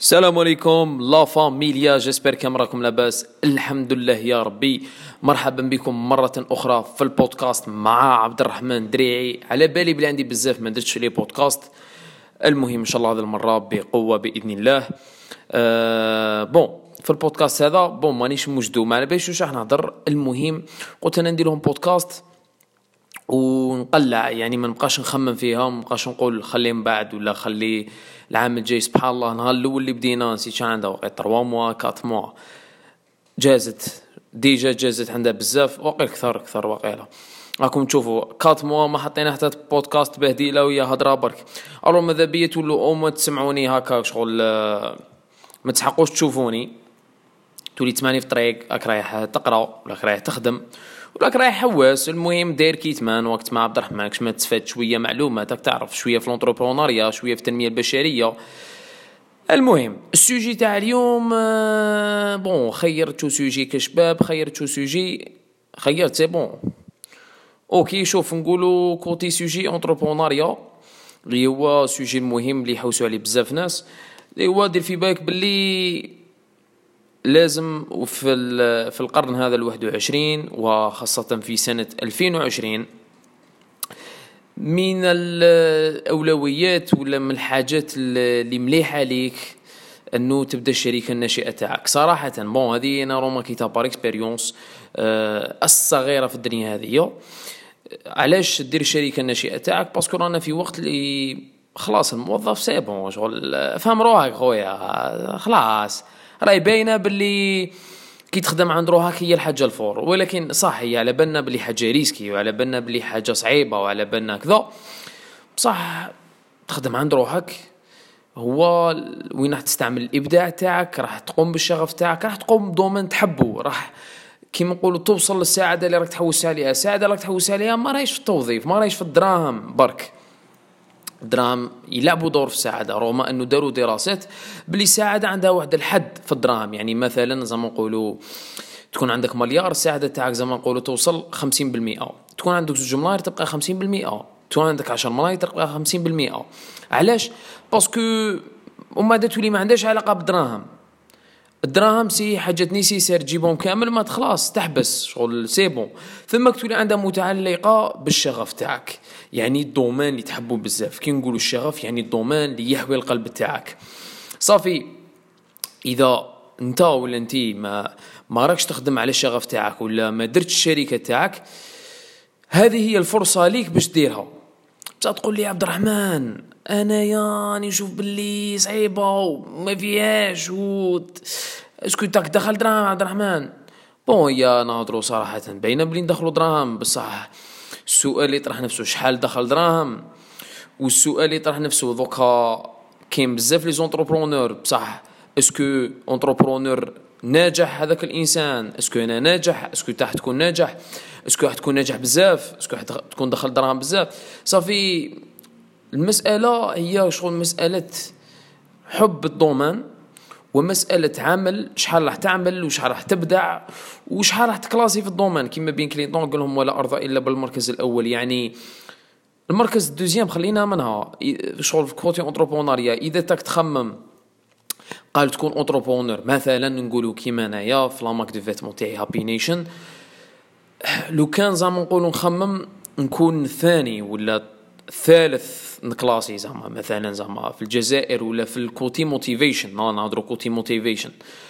السلام عليكم لا فاميليا، جيسبر كم راكم لاباس. الحمد لله يا ربي. مرحبا بكم مرة أخرى في البودكاست مع عبد الرحمن دريعي. على بالي بلي عندي بزاف ما درتش لي بودكاست. المهم إن شاء الله هذه المرة بقوة بإذن الله. في البودكاست هذا مانيش مجدو ما على باليش واش راح نهضر. المهم قلت أنا ندير لهم بودكاست ونقلع، يعني ما نبقاش نخمم فيها، ما نبقاش نقول خليه من بعد ولا خليه العام الجاي. سبحان الله، نهار الاول اللي بدينا نسيت شحال عندها وقت 3 موا 4 موا جازت عندها بزاف، وقيل كثر وقيله. راكم تشوفوا 4 موا ما حطينا حتى بودكاست بهديله ويا هضره برك. الو ماذا بيا تولوا او ما تسمعوني هكا شغل، ما تحقوش تشوفوني، تولي تسمعني في الطريق راك رايح تقرا ولا رايح تخدم ولا رايح حواس. المهم داير كيتمان وقت مع عبد الرحمن كش ما تستفاد شويه معلومات، تعرف شويه في الانتربرونيا، شويه في التنميه البشريه. المهم السوجي تاع اليوم خيرت سوجي كشباب، خيرت سي اوكي. شوف نقولوا كوتي سوجي انتربرونيا اللي هو سوجي المهم اللي يحوسوا عليه بزاف ناس، اللي هو دير في بالك باللي لازم في القرن هذا 21 وخاصة في سنة 2020 من الأولويات ولا من الحاجات اللي مليحة ليك أنه تبدأ الشركة الناشئة تاعك. صراحة هذه أنا روما كتاب بار اكسبيريونس الصغيرة في الدنيا هذه. علاش تدير الشركة الناشئة تاعك؟ باسكو رانا في وقت اللي خلاص الموظف سيبون شغل، فهم روحك خويا، خلاص راهي باينه باللي كي تخدم عند روحك هي الحاجه الفور. ولكن صح هي على بالنا باللي حاجه ريسكي وعلى بالنا باللي حاجه صعيبه وعلى بالنا كذا، بصح تخدم عند روحك هو وين راح تستعمل الابداع تاعك، راح تقوم بالشغف تاعك، راح تقوم بدومين تحبه، راح كيما نقولوا توصل للسعاده اللي راك تحوس عليها. السعاده اللي راك تحوس عليها ما راهيش في التوظيف، ما راهيش في الدراهم برك. الدراهم يلعبوا دور في السعادة، رغم أنه داروا دراسات بلي السعادة عندها واحد الحد في الدراهم. يعني مثلا زي ما نقولوا تكون عندك مليار، السعادة تاعك زي ما نقولوا توصل 50%. تكون عندك 2 ملاير تبقى 50%، تكون عندك 10 ملاير تبقى 50%. علاش؟ باسكو وما تولي ما عندهاش علاقة بالدراهم. الدراهم سي حاجات نيسيسير تجيبهم كامل ما تخلاص تحبس شغل سيبون. ثم تولي عندها متعلقة بالشغف تاعك، يعني الدومين اللي تحبه بزاف. كي نقولوا الشغف يعني الدومين اللي يحوي القلب تاعك. صافي إذا انت ولا انتي ما راكش تخدم على الشغف تاعك ولا ما درتش الشركة تاعك، هذه هي الفرصة ليك باش ديرها. بصح تقول لي عبد الرحمن انا يعني نشوف باللي صعيبه وما فيهاش اسكو تاك دخل دراهم عبد الرحمن. يا نهضروا صراحه باينه بلي ندخلوا دراهم، بصح السؤال اللي يطرح نفسه شحال دخل دراهم، والسؤال اللي يطرح نفسه دوكا كاين بزاف لي زونتربرونور، بصح اسكو انتربرونور ناجح هذاك الانسان؟ اسكو انا ناجح؟ اسكو تاع تكون ناجح؟ اسكو راح تكون ناجح بزاف؟ اسكو راح تكون دخل دراهم بزاف؟ صافي المسألة هي شغل مسألة حب الدومين، ومسألة عمل شحال راح تعمل وشحال راح تبدع وشحال راح تكلاسي في الدومين. كيما بين كلينطون قال لهم ولا أرضى إلا بالمركز الأول، يعني المركز الدوزيام خلينا منها شغل في كوتي انتربرونيا. إذا تاك تخمم قال تكون انتربرونور مثلا نقولوا كيما انايا في لاماك دو فيتمون تاعي هابي نيشن، لو كان زعما نقولوا نخمم نكون ثاني ولا ثالث نكلاسي زعما مثلا زعما في الجزائر ولا في الكوتي موتيفيشن، نهضروا كوتي موتيفيشن،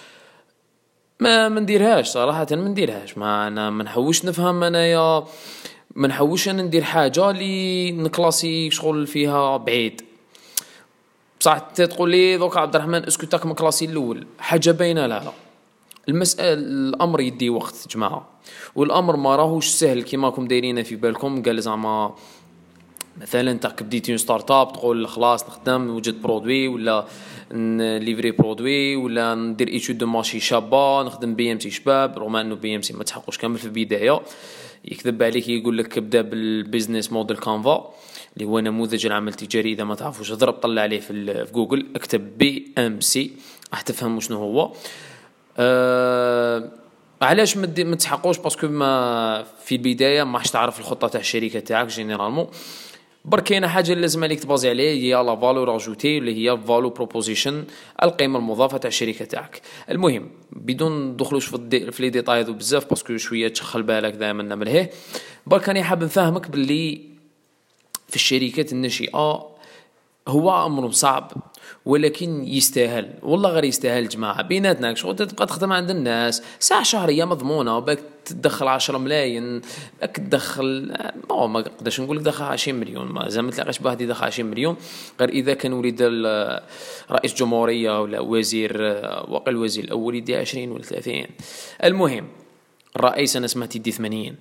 ما نديرهاش صراحه، ما نديرهاش. ما انا ما نحوش نفهم انايا، ما نحوش انا ندير حاجه اللي نكلاسي شغل فيها بعيد. بصح تقول لي دوك عبد الرحمن اسكو تاك من كلاسي الاول، حاجه باينه لا المسألة الامر يدي وقت جماعه، والامر ما راهوش سهل كيما راكم دايرين في بالكم. قال زعما مثلا انت بديتي ستارت اب تقول خلاص نخدم نوجد برودوي ولا ليفري برودوي ولا ندير ايتود دو ماشي شابه نخدم بي ام سي شباب، رغم انه بي ام سي ما تحققش كامل في البدايه. يكذب عليك يقول لك ابدا بالبيزنس موديل كانفا اللي هو نموذج العمل التجاري. اذا ما تعرفوش اضرب طلع عليه في جوجل، اكتب بي ام سي راح تفهم شنو هو. علاش ما تحققوش؟ باسكو ما في البدايه ما راحش تعرف الخطه تاع الشركه تاعك جينيرالمون. برك كاينه حاجه اللي لازم عليك تبازي عليه، هي لا فالور اجوتي اللي هي فالو بروبوزيشن، القيمه المضافه تاع الشركه تاعك. المهم بدون ندخلوش في لي ديتاي هذو بزاف باسكو شويه تشخل بالك دائما نعملها. برك راني حاب نفهمك باللي في الشركات الناشئه هو امر صعب ولكن يستاهل، والله غير يستاهل جماعه بيناتنا. شغل تبقى تخدم عند الناس ساعه شهريه مضمونه، باك تدخل 10 ملايين، باك تدخل ما نقدرش نقول لك دخل 20 مليون، ما زعما تلاقاش باه يدخل 20 مليون غير اذا كان وليد رئيس جمهوريه ولا وزير، وقل الوزير الاول يدي 20 ولا 30. المهم الرئيس انا سمعت يدي 80.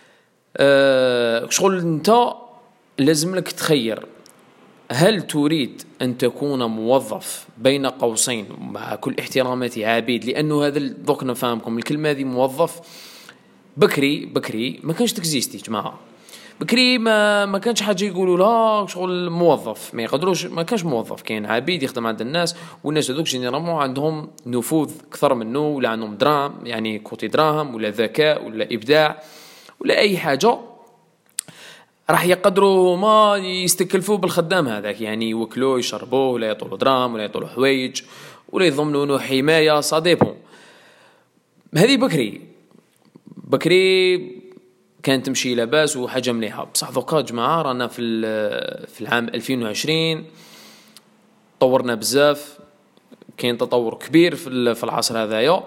شغل انت لازم لك تخير، هل تريد أن تكون موظف بين قوسين مع كل احتراماتي عبيد، لأنه هذا دوك نفهمكم الكلمة هذه موظف. بكري ما كانش تكزيستي جماعة، بكري ما كانش حاجة يقولوا لا شغل موظف ما يقدروش، ما كانش موظف، كاين عبيد يخدم عند الناس، والناس هذوك جينيرالمون عندهم نفوذ أكثر منه، ولا عندهم دراهم يعني كوتي دراهم ولا ذكاء ولا إبداع ولا أي حاجة، راح يقدروا ما يستكلفوا بالخدام هذاك، يعني يوكلوه يشربوه ولا يعطوا دراهم ولا يعطوا حوايج ولا يضمنوا له حمايه صديبهم. هذه بكري كانت تمشي لاباس وحاجه مليحه. بصح دوكا جماعه رانا في العام 2020 طورنا بزاف، كاين تطور كبير في العصر هذايا،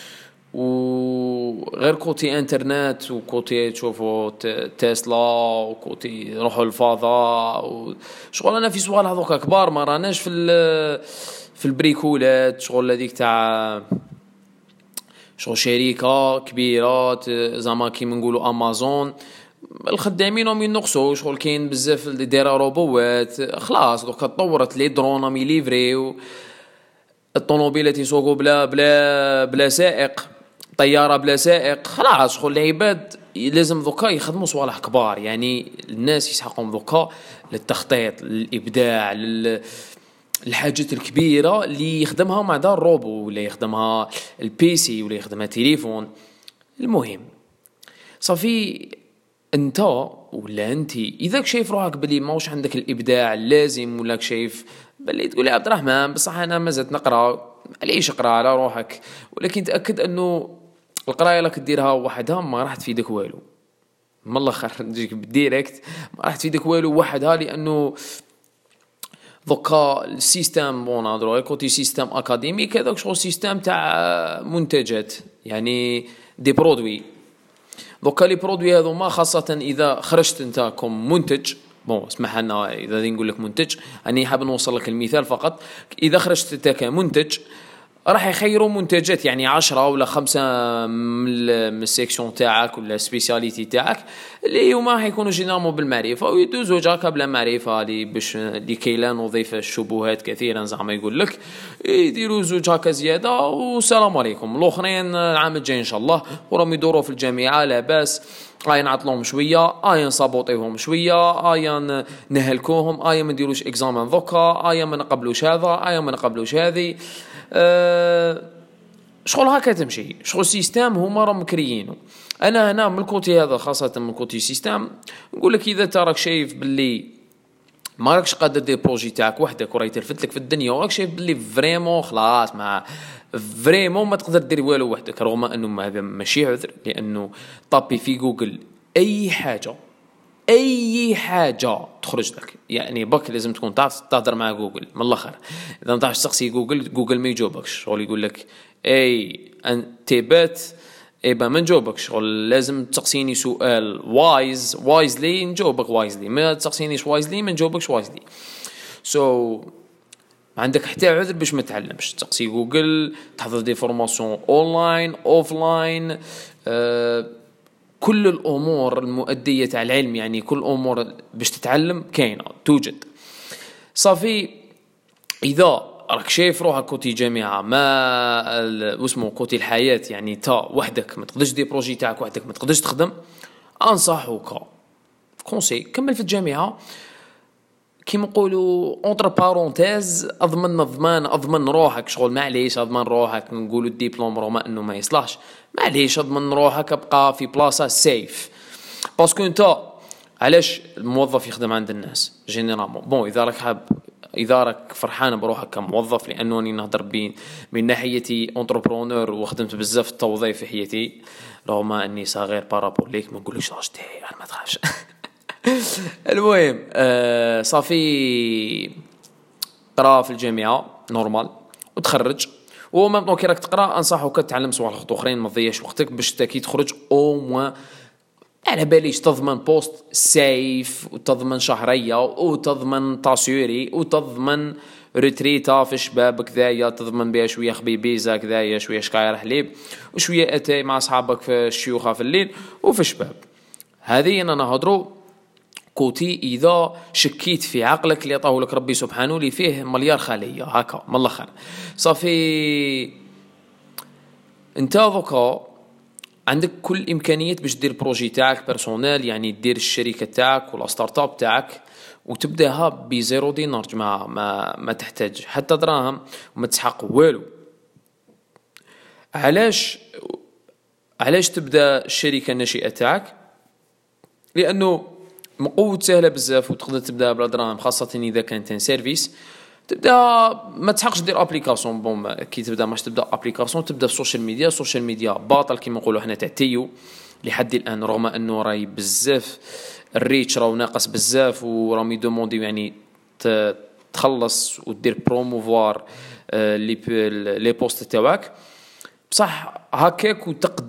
وغير كوتي انترنت وكوتي تشوفوا تسلا وكوتي روحوا الفضاء شغل انا في سؤال هذوك كبار ما راناش في البريكولات شغل هذيك تاع شغل شركه كبيره زعما كيما نقولوا امازون الخدامين هم ينقصوا، شغل كاين بزاف دايره روبوات خلاص دوكا تطورت لي درون مي ليفري، الطوموبيلات يسوقوا بلا سائق، طياره بلا سائق، خلاص شغل العباد لازم ذوكا يخدموا صوالح كبار. يعني الناس يسحقون ذوكا للتخطيط للابداع الحاجات الكبيره اللي يخدمها مع دار روبو ولا يخدمها البيسي ولا يخدمها تليفون. المهم صافي انت ولا انت اذا شايف روحك بلي ماوش عندك الابداع اللازم، ولا شايف بلي تقول لي عبد الرحمن بصح انا مازلت نقرا، علاش اقرا على روحك، ولكن تاكد انه القرايه لك ديرها وحدها ما راح تفيدك والو، من الاخر نجيك بالديريكت ما راح تفيدك والو وحدها، لانه دوكا السيستم بون هضروا كوتي سيستم اكاديميك هذاك شغل سيستم تاع منتجات يعني دي برودوي. دوكا لي برودوي هذوما خاصه اذا خرجت انت كم منتج، بون اسمح لنا اذا نقول لك منتج اني حاب نوصل لك المثال فقط، اذا خرجت انت كمنتج راح يخيروا منتجات يعني 10 ولا 5 من السيكشن تاعك ولا سبيسياليتي تاعك اللي هما حيكونوا جينيرالمون بالمعرفه، ويدوزوا جاكا بلا معرفه باش لكي لا نضيف الشبهات كثيرا زعما يقول لك يديروا زوج هكا زياده والسلام عليكم. الاخرين العام الجاي ان شاء الله وراهم يدوروا في الجامعه لاباس، نعطلهم شويه، نصابوطيهم شويه، نهلكوهم، ما نديروش اكزامان ذوكا، ما نقبلوش هذا، ما نقبلوش هذه. شغل هكا تمشي، شغل سيستم هما راهم مكريينه. انا هنا من الكوتي هذا خاصه من كوتي سيستم نقول لك اذا تراك شايف باللي ما راكش قادر دير بروجي تاعك وحدك وراي تلفت لك في الدنيا، وراك شايف باللي فريمون خلاص ما فريمون ما تقدر دير والو وحدك، رغم انه هذا ماشي عذر، لانه طابي في جوجل اي حاجه تخرج لك، يعني بك لازم تكون تعرف تهضر مع جوجل من الاخر. اذا ما تعرفش تسقسي جوجل ما يجاوبكش، شغل يقول لك اي انتبات ما نجاوبكش، شغل لازم تسقسيني سؤال وايزلي نجاوبك وايزلي، ما تسقسينيش وايزلي ما نجاوبكش وايزلي. ما عندك حتى عذر باش ما تعلمش، تسقسي جوجل، تحضر دي فورماسيون اونلاين اوفلاين، كل الامور المؤديه تاع العلم، يعني كل امور باش تتعلم كاينه توجد. صافي اذا راك شايف روحك كوتي جامعه ما واسمو كوتي الحياه، يعني تا وحدك ما تقدرش دي بروجي تاعك وحدك ما تقدرش تخدم، انصحوك كونسي كمل في الجامعه كيما نقولوا اونتر بارونتيز، اضمن روحك، شغل معليش اضمن روحك نقولوا الدبلوم رغم انه ما يصلحش، معليش اضمن روحك ابقى في بلاصه سيف، باسكو انت علاش الموظف يخدم عند الناس جينيرالمون؟ بون اذا راك فرحان بروحك كموظف، لانه راني نهضر من ناحيتي اونتربرونور وخدمت بزاف التوظيف في حياتي، رغم اني صغير بارابور ليك، ما نقولكش راجتي ما تخافش. المهم صافي قرا في الجامعه نورمال وتخرج، ومام طون كي راك تقرا انصحك تتعلم صوالح اخرين، ما تضيعش وقتك باش كي تخرج او موان على باليش تضمن بوست سيف، وتضمن شهريه، وتضمن تاسيوري، وتضمن ريتريتا في الشباب كذايا، تضمن بها شويه خبيبيزا كذايا، شويه شكاير حليب، وشويه اتاي مع اصحابك في الشيوخه في الليل وفي الشباب. هذه انا نهضروا كوتي اذا شكيت في عقلك اللي عطاه لك ربي سبحانه، اللي فيه مليار خليه هكا من الاخر. صافي انت دوكا عندك كل الامكانيات باش دير بروجي تاعك بيرسونيل، يعني دير الشركه تاعك ولا ستارت اب تاعك وتبداها بزيرو دينار. ما تحتاج حتى دراهم وما تسحق والو. علاش تبدا الشركه الناشئه تاعك؟ لانه مقود سهله بزاف وتقدر تبدا بلا دراهم، خاصه اذا كانت سيرفيس. تبدا ما تحقش دير ابليكاسيون. بون كي تبدا ماش تبدا ابليكاسيون، تبدا في السوشيال ميديا باطل كيما نقولوا حنا تاع تيو لحد الان، رغم انه راي بزاف الريتش راهو ناقص بزاف، وراهم يدومونديو يعني تخلص ودير بروموفوار لي بوست تاعك بصح هكاك،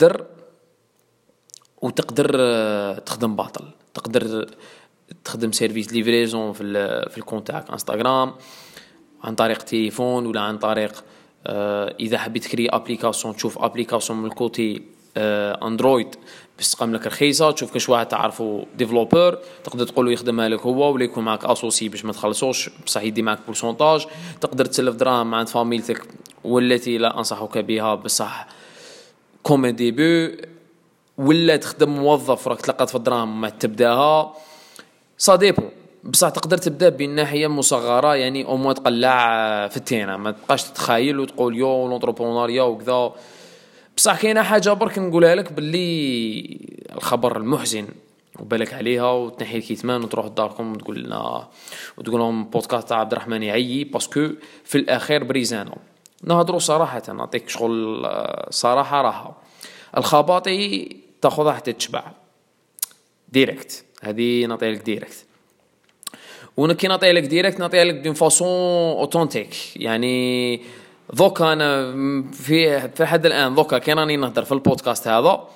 وتقدر تخدم باطل، تقدر تخدم سيرفيس ليفريزون في الكونت تاعك انستغرام عن طريق تليفون، ولا عن طريق اذا حبيت تكري ابليكاسيون، تشوف ابليكاسيون من الكوتي اندرويد باش تقام لك رخيصه، تشوف كاش واحد تعرفوا ديفلوبر تقدر تقول له يخدمها لك هو، ولا يكون معك اسوسي باش ما تخلصوش بصح يدي معك بورسونتاج. تقدر تسلف دراهم عند فاميلتك والتي لا انصحك بها بصح كوم ديبي، ولا تخدم موظف راك تلقات في الدراهم ما تبداها صاديبو. بصح تقدر تبدا بالناحيه مصغره، يعني او مو تقلع في التينا، ما تبقاش تتخيل وتقول يو لونتربرونوريا وكذا. بصح كاينه حاجه برك نقولها لك، باللي الخبر المحزن وبالك عليها وتنحي الكتمان وتروح لداركم وتقول لنا وتقول لهم بودكاست تاع عبد الرحمن يعيي، باسكو في الاخير بريزانو نهضروا صراحه، نعطيك شغل صراحه راها الخباطي تاخذها حتى تشبع ديريكت. هذه نعطيها لك ديريكت، ونكي نعطيها لك ديريكت نعطيها لك دون فاصون اوتونتيك. يعني ذوكا انا في حد الان ذوكا كي راني نهضر في البودكاست هذا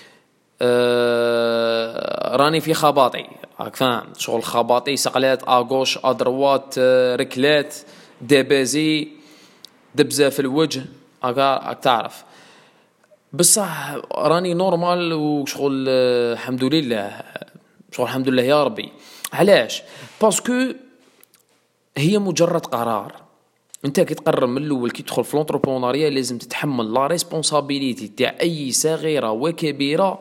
راني في خباطي، راك فاهم شغل خباطي، سقلات اغوش ادروات، ركلات دبازي دبزه في الوجه، راك تعرف. بصح راني نورمال وشغل الحمد لله، شغل الحمد لله يا ربي. علاش؟ باسكو هي مجرد قرار. انت كي تقرر من الاول كي تدخل في لونتربرونوريا لازم تتحمل لا ريسبونسابيلتي تاع اي صغيره وكبيره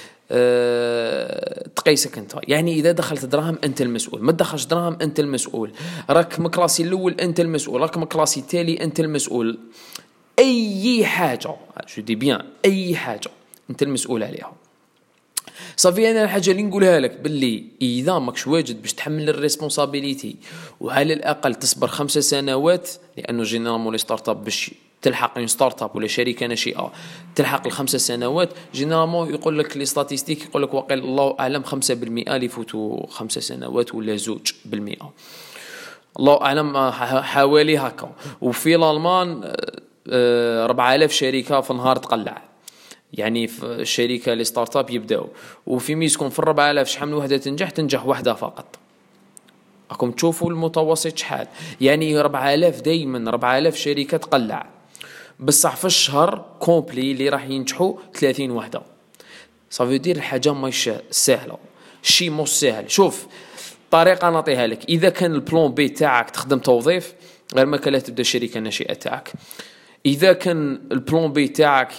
تقيسك انت. يعني اذا دخلت دراهم انت المسؤول، ما تدخلش دراهم انت المسؤول، راك مكلاسي الاول انت المسؤول، راك مكلاسي التالي انت المسؤول. اي حاجه جو دي بيان اي حاجه انت المسؤول عليها. صافي انا الحاجه اللي نقولها لك باللي اذا ماكش واجد باش تحمل الريسبونسابيلتي وعلى الاقل تصبر 5 سنوات، لانه جينيرالمون لي ستارت اب باش تلحق ان ستارت اب ولا شركه ناشئه تلحق ال5 سنوات، جينيرالمون يقول لك لي ستاتستيك يقول لك واقيلا الله اعلم 5% اللي يفوتوا 5 سنوات ولا 2%، الله اعلم حوالي هكا. وفي الالمان 4000 شركه في النهار تقلع، يعني في الشركه لي ستارت اب يبداو، وفي ميسكم في 4000 شحال من وحده تنجح وحده فقط. راكم تشوفوا المتوسط شحال، يعني 4000 دائما 4000 شركه تقلع، بصح في الشهر كومبلي اللي راح ينجحوا 30 وحده. صافي دير الحاجه ماشي سهله، شي مو سهل. شوف طريقه نعطيها لك، اذا كان البلان بي تاعك تخدم توظيف غير ما كان تبدا شركه ناشئه تاعك. اذا كان البلان بي تاعك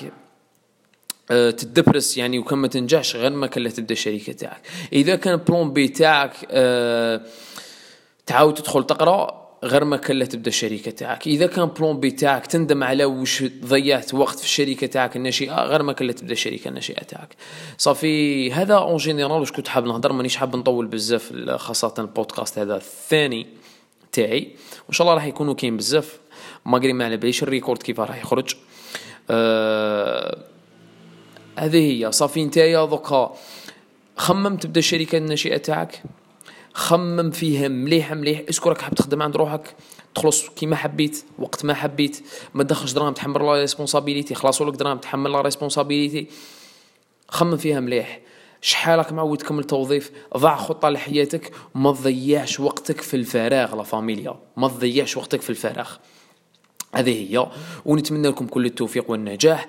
تدبرس يعني وكان ما تنجحش غير ما كان تبدا الشركه تاعك. اذا كان بلان بي تاعك تعاود تدخل تقرا غير ما كان له تبدا الشركه تاعك. اذا كان بلون بي تاعك تندم على واش ضيعت وقت في الشركه تاعك الناشئه، غير ما كان له تبدا الشركه الناشئه تاعك. صافي هذا اون جينيرال واش كنت حاب نهضر، مانيش حاب نطول بزاف، خاصه البودكاست هذا الثاني تاعي وان شاء الله راح يكونوا كاين بزاف، ما على باليش الريكورد كيف راح يخرج. هذه هي صافي. نتايا دوكا خمم تبدا الشركه الناشئه تاعك، خمم فيها مليح اسكو راك حاب تخدم عند روحك، تخلص كيما حبيت وقت ما حبيت، ما تدخلش دراهم تحمل لا ريسبونسابيلتي، خلاصوا لك دراهم تحمل لا ريسبونسابيلتي. خمم فيها مليح، شحال راك معود تكمل توظيف، ضع خطه لحياتك، ما تضيعش وقتك في الفراغ. لا فاميليا ما تضيعش وقتك في الفراغ. هذه هي، ونتمنى لكم كل التوفيق والنجاح.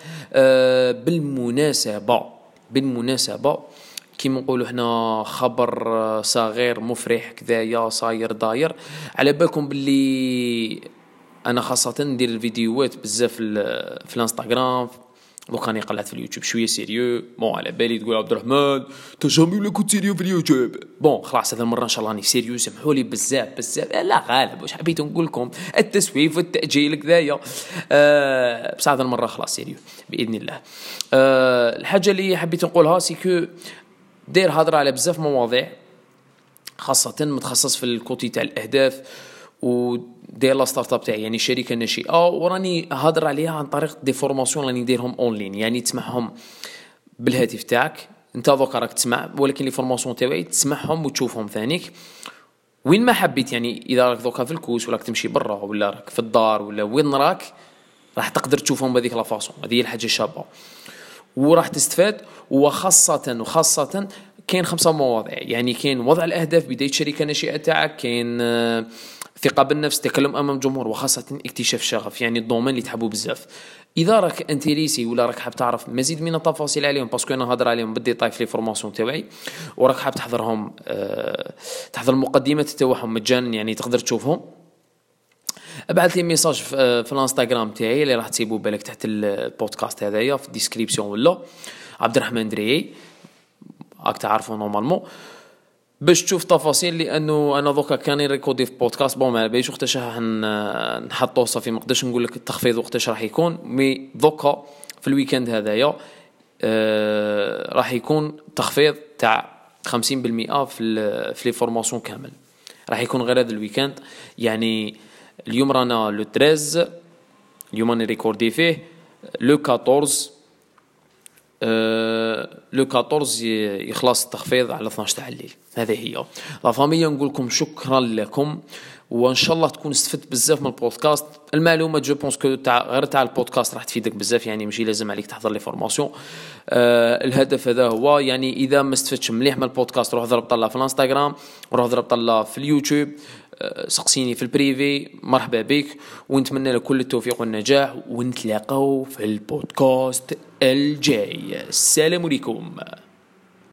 بالمناسبة كيما نقولوا هنا خبر صغير مفرح كذايا صاير داير على بالكم باللي انا خاصه ندير الفيديوهات بزاف في الانستغرام، وكان قلعت في اليوتيوب شويه سيريو. على بالي تقول عبد الرحمن انت جامي ولا كنت سيريو في اليوتيوب. خلاص هذا المره ان شاء الله راني سيريو، سمحوا لي بزاف لا غالب واش حبيت نقول لكم، التسويف والتاجيل كذايا. بس هذا المره خلاص سيريو باذن الله. الحاجه اللي حبيت نقولها سيكو دير هضره على بزاف مواضيع، خاصه متخصص في الكوتي تاع الاهداف، ودير لا ستارت اب تاعي يعني شركه ناشئه، وراني هضر عليها عن طريق دي فورماسيون راني نديرهم اونلاين، يعني تسمعهم بالهاتف تاعك انت دوكا راك تسمع، ولكن لي فورماسيون تاعي تسمعهم وتشوفهم ثانيك وين ما حبيت. يعني اذا راك دوكا في الكوس ولا راك تمشي برا ولا راك في الدار ولا وين راك، راح تقدر تشوفهم بهذيك لا فاصون. هذه هي الحاجه الشابه وراح تستفاد. وخاصه كاين 5 مواضيع، يعني كاين وضع الاهداف، بدايه شركه ناشئه تاعك، كاين ثقه بالنفس، تكلم امام جمهور، وخاصه اكتشاف شغف، يعني الدومين اللي تحبوا بزاف. اذا راك انتريسي ولا راك حاب تعرف مزيد من التفاصيل عليهم، باسكو انا هضر عليهم بالديتاي في لي فورماسيون تاعي، وراك حاب تحضرهم تحضر المقدمات تاعهم مجانا، يعني تقدر تشوفهم، ابعث لي ميساج في الانستغرام تاعي اللي راح تسيبوا بالك تحت البودكاست هذايا في الديسكريبسيون، ولا عبد الرحمن دريي راك تعرفوا نورمالمون، باش تشوف تفاصيل. لانه انا دوكا كاني ريكوردي في بودكاست ما باليش وقتاش راح نحطوه، صافي ما نقدرش نقول لك التخفيض وقتاش راح يكون، مي دوكا في الويكند هذايا راح يكون تخفيض تاع 50% في لي فورماسيون كامل، راح يكون غير هذا الويكند. يعني اليوم رانا لو 13، اليوم انا ريكوردي فيه لو 14 يخلص التخفيض على 12 تاع الليل. هذه هي لا فاميليا، نقول لكم شكرا لكم، وان شاء الله تكون استفدت بزاف من البودكاست. المعلومات جو بونس كو غير تاع البودكاست راح تفيدك بزاف، يعني ماشي لازم عليك تحضر لي فورماسيون. الهدف هذا هو، يعني اذا ما استفدتش مليح من البودكاست روح ضرب طله في الانستغرام، وروح ضرب طله في اليوتيوب، سقسيني في البريفي، مرحبا بك، ونتمنى لك كل التوفيق والنجاح، ونتلاقاو في البودكاست الجاي. السلام عليكم.